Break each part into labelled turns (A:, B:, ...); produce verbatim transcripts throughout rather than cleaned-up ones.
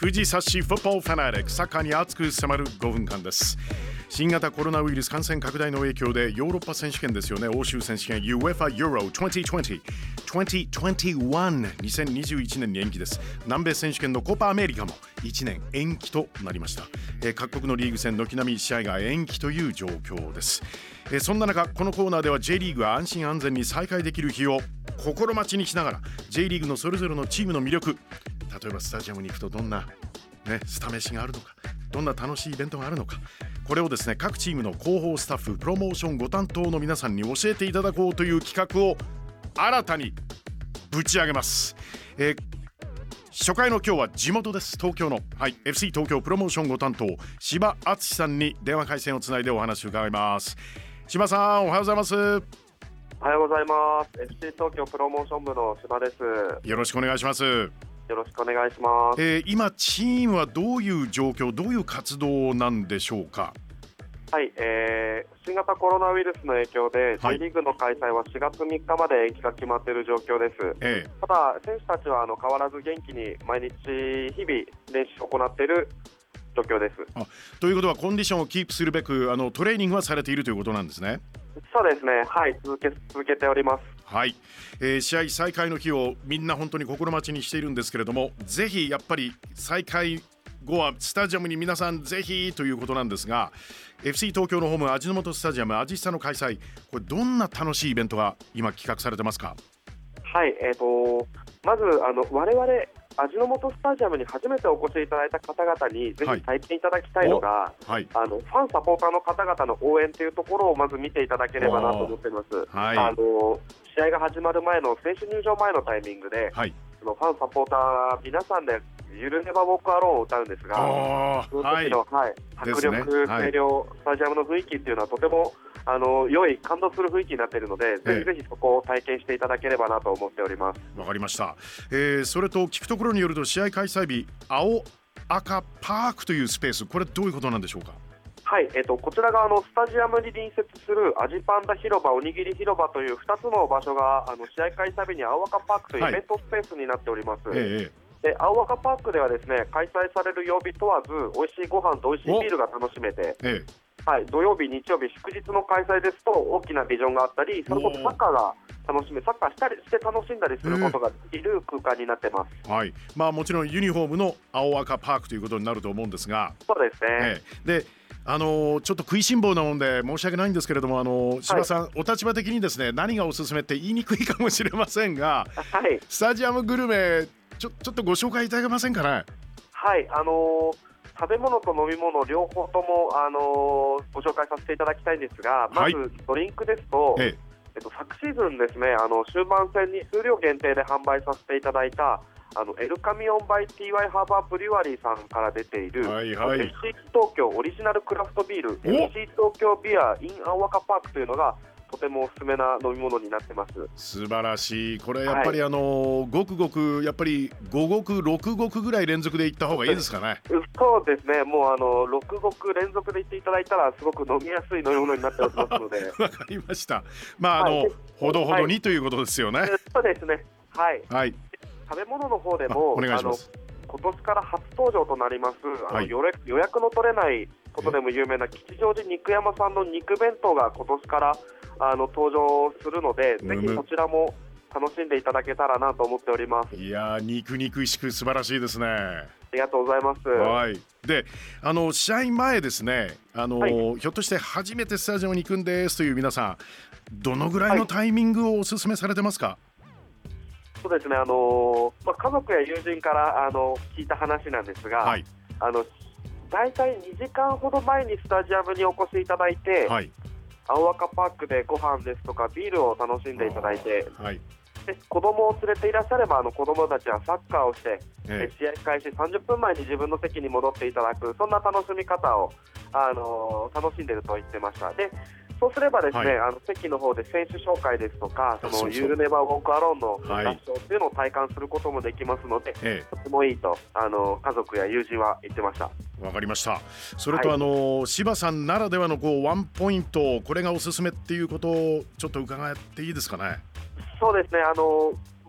A: 富士サッシフットボールファナティック、サッカーに熱く迫るごふんかんです。新型コロナウイルス感染拡大の影響でヨーロッパ選手権ですよね。欧州選手権 ユーエファ Euro にせんにじゅう にせんにじゅういち にせんにじゅういちねんに延期です。南米選手権のコパアメリカもいちねん延期となりました。えー、各国のリーグ戦軒並み試合が延期という状況です。えー、そんな中、このコーナーでは J リーグが安心安全に再開できる日を心待ちにしながら J リーグのそれぞれのチームの魅力、例えばスタジアムに行くとどんな、ね、スタ飯があるのか、どんな楽しいイベントがあるのか、これをですね、各チームの広報スタッフ、プロモーションご担当の皆さんに教えていただこうという企画を新たにぶち上げます。えー、初回の今日は地元です。東京の、はい、エフシー 東京プロモーションご担当柴敦さんに電話回線をつないでお話を伺います。柴さん、おはようございます。
B: おはようございます。 エフシー 東京プロモーション部の柴です。
A: よろしくお願いします。
B: よろしくお願いします。
A: えー、今チームはどういう状況、どういう活動なんでしょうか。
B: はい、えー、新型コロナウイルスの影響で、はい、J リーグの開催はしがつみっかまで延期が決まっている状況です。えー、ただ選手たちはあの変わらず元気に毎日日々練習を行っている状況です。
A: あ、ということはコンディションをキープするべくあのトレーニングはされているということなんですね。
B: そうですね、はい、続け続けております。
A: はい、えー、試合再開の日をみんな本当に心待ちにしているんですけれども、ぜひやっぱり再開後はスタジアムに皆さんぜひということなんですが、 エフシー 東京のホーム味の素スタジアム味久の開催、これどんな楽しいイベントが今企画されてますか。
B: はい、えーとまずあの我々味の素スタジアムに初めてお越しいただいた方々にぜひ体験いただきたいのが、はい、あのファンサポーターの方々の応援というところをまず見ていただければなと思っています。はい、あの試合が始まる前の選手入場前のタイミングで、はい、そのファンサポーター皆さんでゆるねばウォークアローンを歌うんですが、その時の、はいはい、迫力、声量、スタジアムの雰囲気っていうのはとてもあの良い感動する雰囲気になっているので、ぜひぜひそこを体験していただければなと思っております。
A: わかりました。えー、それと聞くところによると試合開催日青赤パークというスペース、これどういうことなんでしょうか。
B: はい、えー、とこちらがあのスタジアムに隣接するアジパンダ広場、おにぎり広場というふたつの場所があの試合開催日に青赤パークというイベントスペースになっております。はい、えーで青赤パークではですね、開催される曜日問わず美味しいご飯と美味しいビールが楽しめて、ええ、はい、土曜日、日曜日、祝日の開催ですと大きなビジョンがあったり、それこそサッカーが楽しめ、サッカーしたりして楽しんだりすることができる空間になってます。えーはい、
A: まあ、もちろんユニフォームの青赤パークということになると思うんですが、
B: そうですね、
A: えー、であのー、ちょっと食いしん坊なもんで申し訳ないんですけれども、あのー、柴さん、はい、お立場的にですね、何がおすすめって言いにくいかもしれませんが、はい、スタジアムグルメちょ、ちょっとご紹介いただけませんかね。
B: はい、あのー、食べ物と飲み物両方とも、あのー、ご紹介させていただきたいんですが、まずドリンクですと、えええっと、昨シーズンですね、あの終盤戦に数量限定で販売させていただいたあのエルカミオンバイ ティーワイ ハーバーブリュワリーさんから出ている、はいはい、エフシー 東京オリジナルクラフトビール エフシー 東京ビア in 青赤パークというのがとてもおすすめな飲み物になってます。
A: 素晴らしい。これやっぱり、はい、あのごくごくやっぱりごごくろくごくぐらい連続でいった方がいいですかね。
B: そうですね、もうあのろくごく連続でいっていただいたらすごく飲みやすい飲み物になっておりますので
A: わかりました。まああの、はい、ほどほどに、はい、ということですよね。
B: そうですね、はい、はい、食べ物の方でも
A: お願いします。
B: あの今年から初登場となりますあの、はい、予約の取れないことでも有名な吉祥寺肉山さんの肉弁当が今年からあの登場するので、ぜひそちらも楽しんでいただけたらなと思っております。
A: いやー、肉肉しく素晴らしいですね。あ
B: りがとうございます。
A: はい、であの試合前ですね、あの、はい、ひょっとして初めてスタジアムに行くんですという皆さん、どのぐらいのタイミングをお勧めされてますか。はい、
B: そうですね、あのまあ、家族や友人からあの聞いた話なんですが、はい、あのだいたいにじかんほど前にスタジアムにお越しいただいて、はい、青赤パークでご飯ですとかビールを楽しんでいただいて、はい、で子供を連れていらっしゃればあの子供たちはサッカーをして、ええ、試合開始さんじゅっぷんまえに自分の席に戻っていただく、そんな楽しみ方を、あのー、楽しんでいると言ってました。でそうすればですね、はい、あの席の方で選手紹介ですとか、そのユールネバーウォークアローンの合唱というのを体感することもできますので、はい、とてもいいとあの家族や友人は言ってました。
A: わかりました。それと、はい、あの柴さんならではのこうワンポイント、これがおすすめっていうことをちょっと伺っていいですかね。
B: そうですね、あの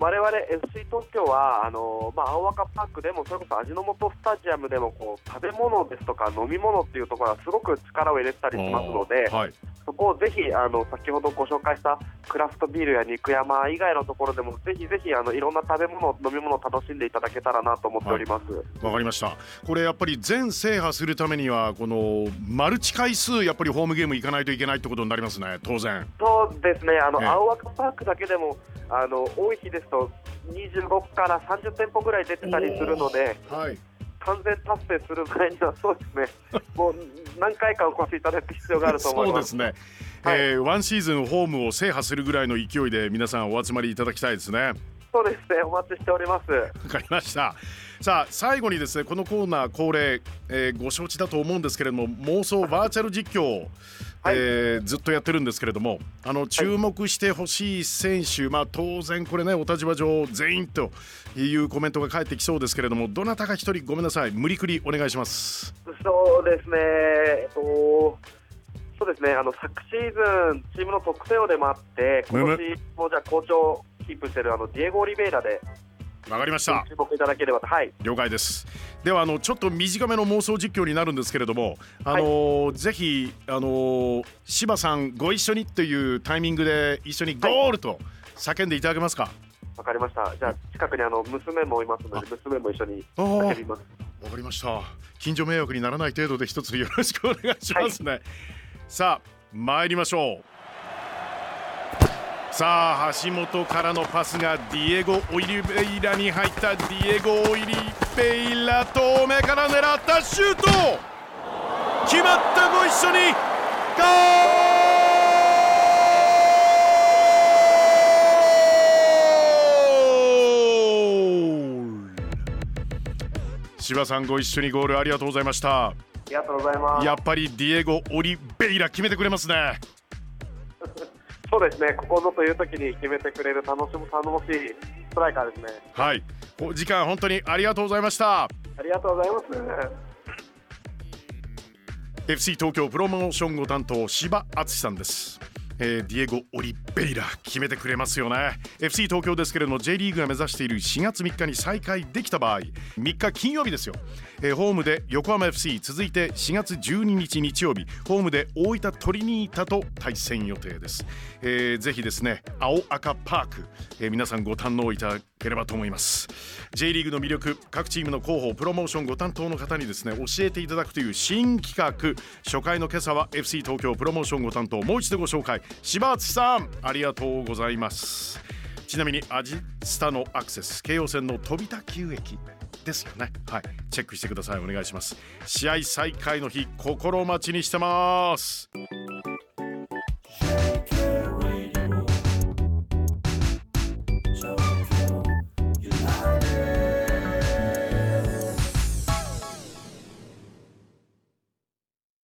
B: 我々 エフシー 東京はあの、まあ、青若パークでもそれこそ味の素スタジアムでもこう食べ物ですとか飲み物っていうところはすごく力を入れてたりしますので、はい、そこをぜひあの先ほどご紹介したクラフトビールや肉山以外のところでもぜひぜひあのいろんな食べ物飲み物を楽しんでいただけたらなと思っております。
A: わ、はい、かりました。これやっぱり全制覇するためにはこのマルチ回数やっぱりホームゲーム行かないといけないってことになりますね、当然。
B: そうですね、あの、ええ、青若パークだけでもあの多い日ですとにじゅうごからさんじゅってんぽぐらい出てたりするので、はい、完全達成する前にはそうですねもう何回かお越しいただく必要があると思います。
A: そうですね、はい、えー、ワンシーズンホームを制覇するぐらいの勢いで皆さんお集まりいただきたいですね。
B: そうですね、お待ちしております。
A: わかりました。さあ最後にですね、このコーナー恒例、えー、ご承知だと思うんですけれども、妄想バーチャル実況、はい、えー、ずっとやってるんですけれども、あの注目してほしい選手、はい、まあ、当然これねお立場上全員というコメントが返ってきそうですけれども、どなたか一人ごめんなさい、無理くりお願いします。
B: そうですね、えっとそうですね、あの昨シーズンチームの得点王でもあって今年もじゃあ好調キープしているあのディエゴ・オリベイラで
A: わかりました。
B: 注目いただければと。はい、
A: 了解です。ではあのちょっと短めの妄想実況になるんですけれども、あのーはい、ぜひあのー、柴さんご一緒にというタイミングで一緒にゴールと叫んでいただけますか。わ、
B: はい、かりました。じゃあ近くにあの娘もいますので娘も一緒に叫びます。
A: わかりました。近所迷惑にならない程度で一つよろしくお願いしますね。はい、さあ参りましょう。さあ橋本からのパスがディエゴ・オリベイラに入った。ディエゴ・オリベイラ遠目から狙ったシュート決まった。ご一緒にゴール。柴さんご一緒にゴールありがとうございました。
B: ありがとうございます。
A: やっぱりディエゴ・オリベイラ決めてくれますね。
B: そうですね、ここぞという時に決めてくれる頼もしいストライカーですね。
A: はい、お時間本当にありがとうございました。
B: ありがとうございます。
A: エフシー 東京プロモーションご担当柴敦さんです。えー、ディエゴ・オリベイラ決めてくれますよね。 エフシー 東京ですけれども J リーグが目指しているしがつみっかに再開できた場合、みっか金曜日ですよ、えー、ホームで横浜 エフシー、 続いてしがつじゅうににち日曜日ホームで大分トリニータと対戦予定です。えー、ぜひですね青赤パーク、えー、皆さんご堪能いただければと思います。 J リーグの魅力、各チームの広報プロモーションご担当の方にですね教えていただくという新企画、初回の今朝は エフシー 東京プロモーションご担当もう一度ご紹介、柴敦さんありがとうございます。ちなみにアジスタのアクセス、京葉線の飛田急駅ですよね。はい、チェックしてください。お願いします。試合再開の日心待ちにしてます。